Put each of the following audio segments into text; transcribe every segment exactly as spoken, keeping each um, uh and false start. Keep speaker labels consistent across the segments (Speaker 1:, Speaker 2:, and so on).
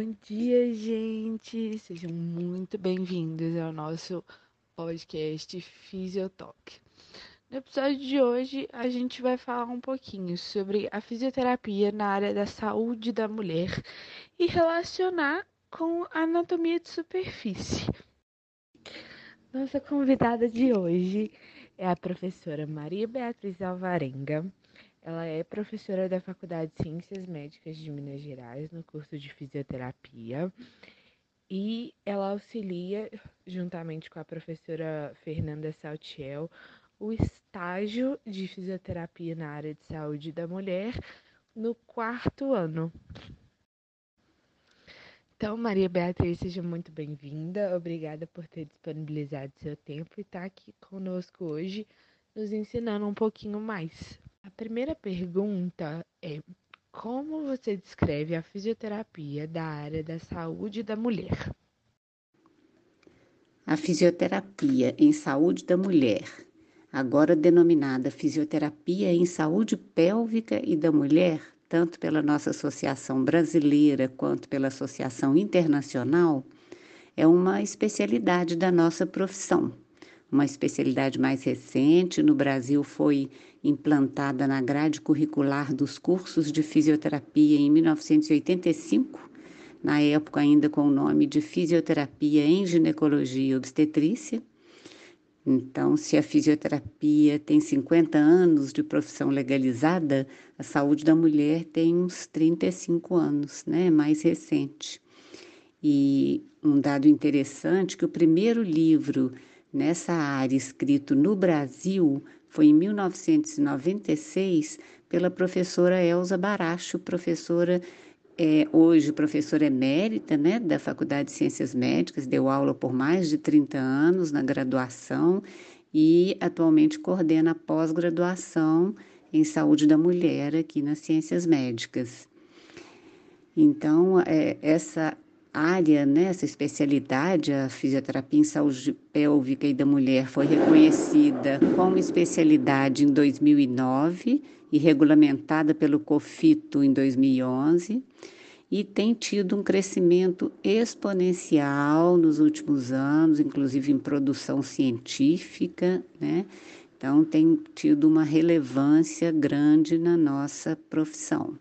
Speaker 1: Bom dia, gente! Sejam muito bem-vindos ao nosso podcast Fisiotalk. No episódio de hoje, a gente vai falar um pouquinho sobre a fisioterapia na área da saúde da mulher e relacionar com a anatomia de superfície. Nossa convidada de hoje é a professora Maria Beatriz Alvarenga. Ela é professora da Faculdade de Ciências Médicas de Minas Gerais, no curso de fisioterapia, e ela auxilia, juntamente com a professora Fernanda Saltiel, o estágio de fisioterapia na área de saúde da mulher no quarto ano. Então, Maria Beatriz, seja muito bem-vinda. Obrigada por ter disponibilizado seu tempo e estar aqui conosco hoje, nos ensinando um pouquinho mais. A primeira pergunta é: como você descreve a fisioterapia da área da saúde da mulher?
Speaker 2: A fisioterapia em saúde da mulher, agora denominada fisioterapia em saúde pélvica e da mulher, tanto pela nossa associação brasileira quanto pela associação internacional, é uma especialidade da nossa profissão. Uma especialidade mais recente, no Brasil foi implantada na grade curricular dos cursos de fisioterapia em mil novecentos e oitenta e cinco, na época ainda com o nome de fisioterapia em ginecologia e obstetrícia. Então, se a fisioterapia tem cinquenta anos de profissão legalizada, a saúde da mulher tem uns trinta e cinco anos, né? Mais recente. E um dado interessante, que o primeiro livro nessa área escrito no Brasil foi em mil novecentos e noventa e seis pela professora Elza Baracho, professora é, hoje professora emérita, né, da Faculdade de Ciências Médicas, deu aula por mais de trinta anos na graduação e atualmente coordena a pós-graduação em saúde da mulher aqui nas Ciências Médicas. Então, é, essa área, né, essa especialidade, a fisioterapia em saúde pélvica e da mulher, foi reconhecida como especialidade em dois mil e nove e regulamentada pelo COFITO em dois mil e onze, e tem tido um crescimento exponencial nos últimos anos, inclusive em produção científica, né? Então, tem tido uma relevância grande na nossa profissão.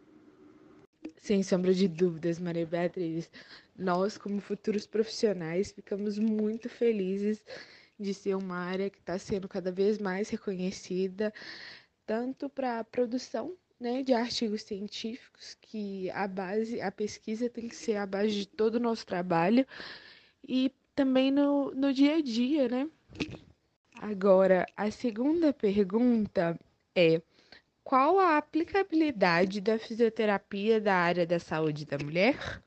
Speaker 1: Sem sombra de dúvidas, Maria Beatriz, nós, como futuros profissionais, ficamos muito felizes de ser uma área que está sendo cada vez mais reconhecida, tanto para a produção, né, de artigos científicos, que a base, a pesquisa tem que ser a base de todo o nosso trabalho, e também no, no dia a dia, né? Agora, a segunda pergunta é: qual a aplicabilidade da fisioterapia da área da saúde da mulher?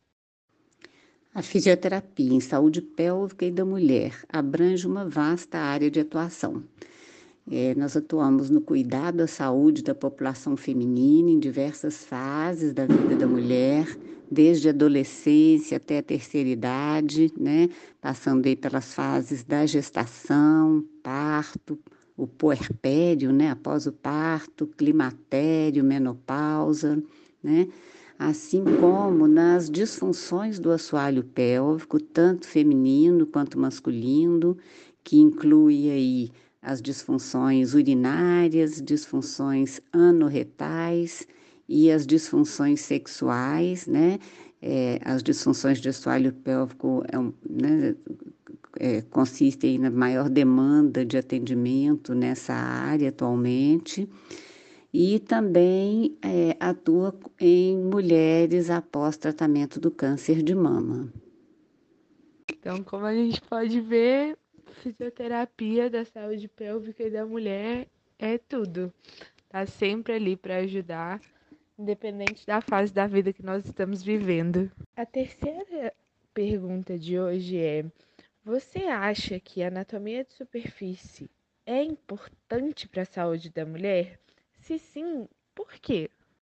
Speaker 2: A fisioterapia em saúde pélvica e da mulher abrange uma vasta área de atuação. É, nós atuamos no cuidado à saúde da população feminina em diversas fases da vida da mulher, desde a adolescência até a terceira idade, né? Passando aí pelas fases da gestação, parto, o puerpério, né? Após o parto, climatério, menopausa, né? Assim como nas disfunções do assoalho pélvico, tanto feminino quanto masculino, que inclui aí as disfunções urinárias, disfunções anorretais e as disfunções sexuais, né? É, as disfunções de assoalho pélvico é um, né, é, consistem na maior demanda de atendimento nessa área atualmente. E também é, atua em mulheres após tratamento do câncer de mama.
Speaker 1: Então, como a gente pode ver, fisioterapia da saúde pélvica e da mulher é tudo. Tá sempre ali para ajudar, independente da fase da vida que nós estamos vivendo. A terceira pergunta de hoje é: você acha que a anatomia de superfície é importante para a saúde da mulher? Se sim, por quê?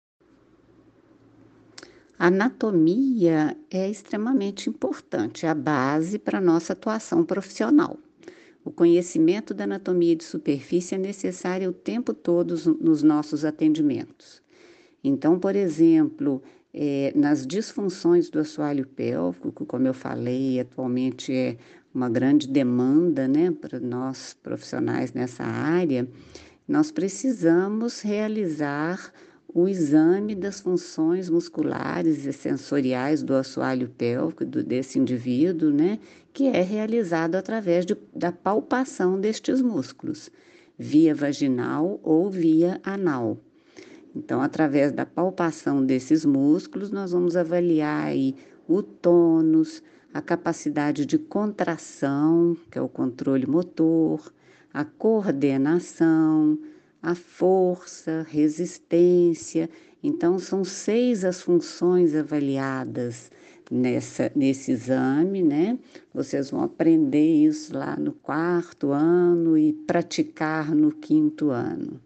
Speaker 2: A anatomia é extremamente importante, é a base para a nossa atuação profissional. O conhecimento da anatomia de superfície é necessário o tempo todo nos nossos atendimentos. Então, por exemplo, É, nas disfunções do assoalho pélvico, que, como eu falei, atualmente é uma grande demanda, né, para nós profissionais nessa área, nós precisamos realizar o exame das funções musculares e sensoriais do assoalho pélvico do, desse indivíduo, né, que é realizado através de, da palpação destes músculos, via vaginal ou via anal. Então, através da palpação desses músculos, nós vamos avaliar aí o tônus, a capacidade de contração, que é o controle motor, a coordenação, a força, resistência. Então, são seis as funções avaliadas nessa, nesse exame, né? Vocês vão aprender isso lá no quarto ano e praticar no quinto ano.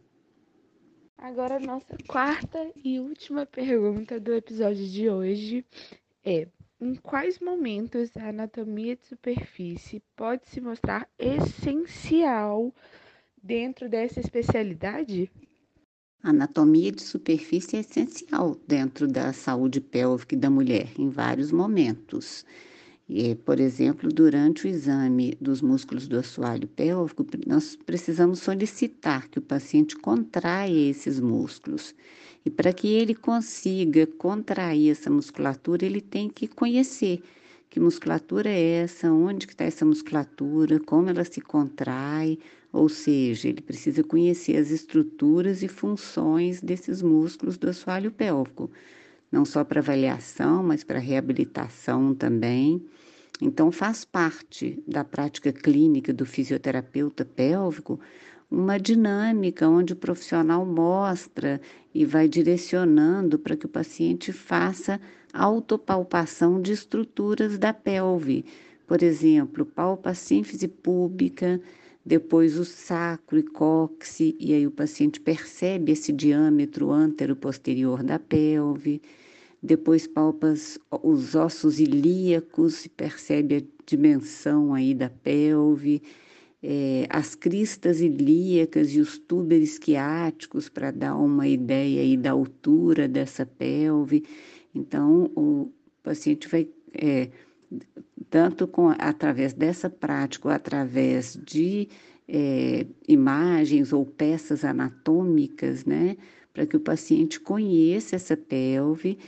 Speaker 1: Agora, a nossa quarta e última pergunta do episódio de hoje é: em quais momentos a anatomia de superfície pode se mostrar essencial dentro dessa especialidade?
Speaker 2: A anatomia de superfície é essencial dentro da saúde pélvica da mulher, em vários momentos. E, por exemplo, durante o exame dos músculos do assoalho pélvico, nós precisamos solicitar que o paciente contraia esses músculos. E para que ele consiga contrair essa musculatura, ele tem que conhecer que musculatura é essa, onde que está essa musculatura, como ela se contrai, ou seja, ele precisa conhecer as estruturas e funções desses músculos do assoalho pélvico, não só para avaliação, mas para reabilitação também. Então, faz parte da prática clínica do fisioterapeuta pélvico uma dinâmica onde o profissional mostra e vai direcionando para que o paciente faça autopalpação de estruturas da pelve. Por exemplo, palpa a sínfise púbica, depois o sacro e cóccix, e aí o paciente percebe esse diâmetro antero-posterior da pelve. Depois palpa os ossos ilíacos e percebe a dimensão aí da pelve, é, as cristas ilíacas e os túberos isquiáticos para dar uma ideia aí da altura dessa pelve. Então, o paciente vai, é, tanto com, através dessa prática ou através de é, imagens ou peças anatômicas, né, para que o paciente conheça essa pelve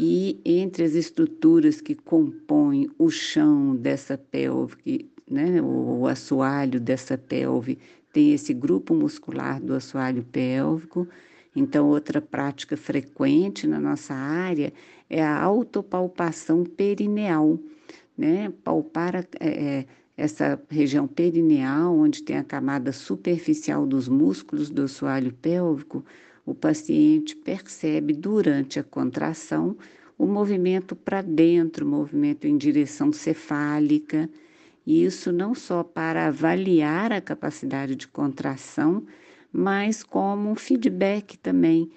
Speaker 2: e entre as estruturas que compõem o chão dessa pelve, né, o, o assoalho dessa pelve, tem esse grupo muscular do assoalho pélvico. Então, outra prática frequente na nossa área é a autopalpação perineal, né? Palpar a, é, essa região perineal, onde tem a camada superficial dos músculos do assoalho pélvico, o paciente percebe durante a contração o movimento para dentro, o movimento em direção cefálica, e isso não só para avaliar a capacidade de contração, mas como um feedback também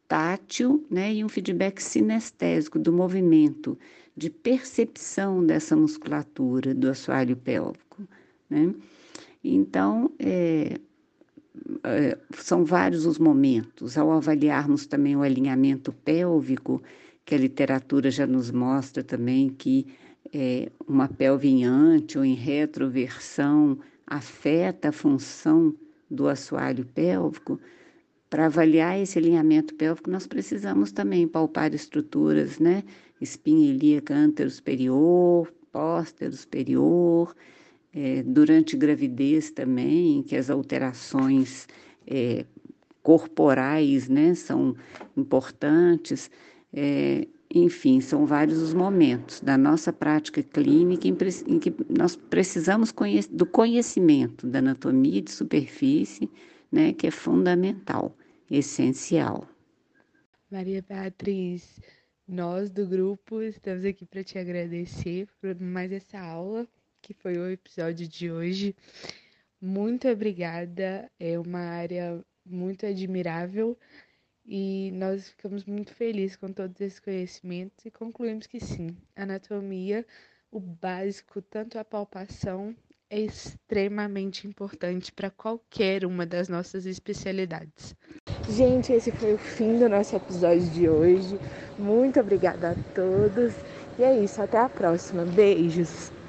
Speaker 2: tátil, né, e um feedback sinestésico do movimento, de percepção dessa musculatura do assoalho pélvico, né? Então, é, é, são vários os momentos. Ao avaliarmos também o alinhamento pélvico, que a literatura já nos mostra também que é, uma pelve em ante ou em retroversão afeta a função do assoalho pélvico. Para avaliar esse alinhamento pélvico, nós precisamos também palpar estruturas, né? Espinha ilíaca antero-superior, póstero-superior, é, durante gravidez também, que as alterações é, corporais, né, são importantes. É, enfim, são vários os momentos da nossa prática clínica em, em que nós precisamos conhe do conhecimento da anatomia de superfície, né, que é fundamental, essencial.
Speaker 1: Maria Beatriz, nós do grupo estamos aqui para te agradecer por mais essa aula, que foi o episódio de hoje. Muito obrigada, é uma área muito admirável e nós ficamos muito felizes com todos esses conhecimentos e concluímos que sim, anatomia, o básico, tanto a palpação, é extremamente importante para qualquer uma das nossas especialidades. Gente, esse foi o fim do nosso episódio de hoje. Muito obrigada a todos. E é isso, até a próxima. Beijos!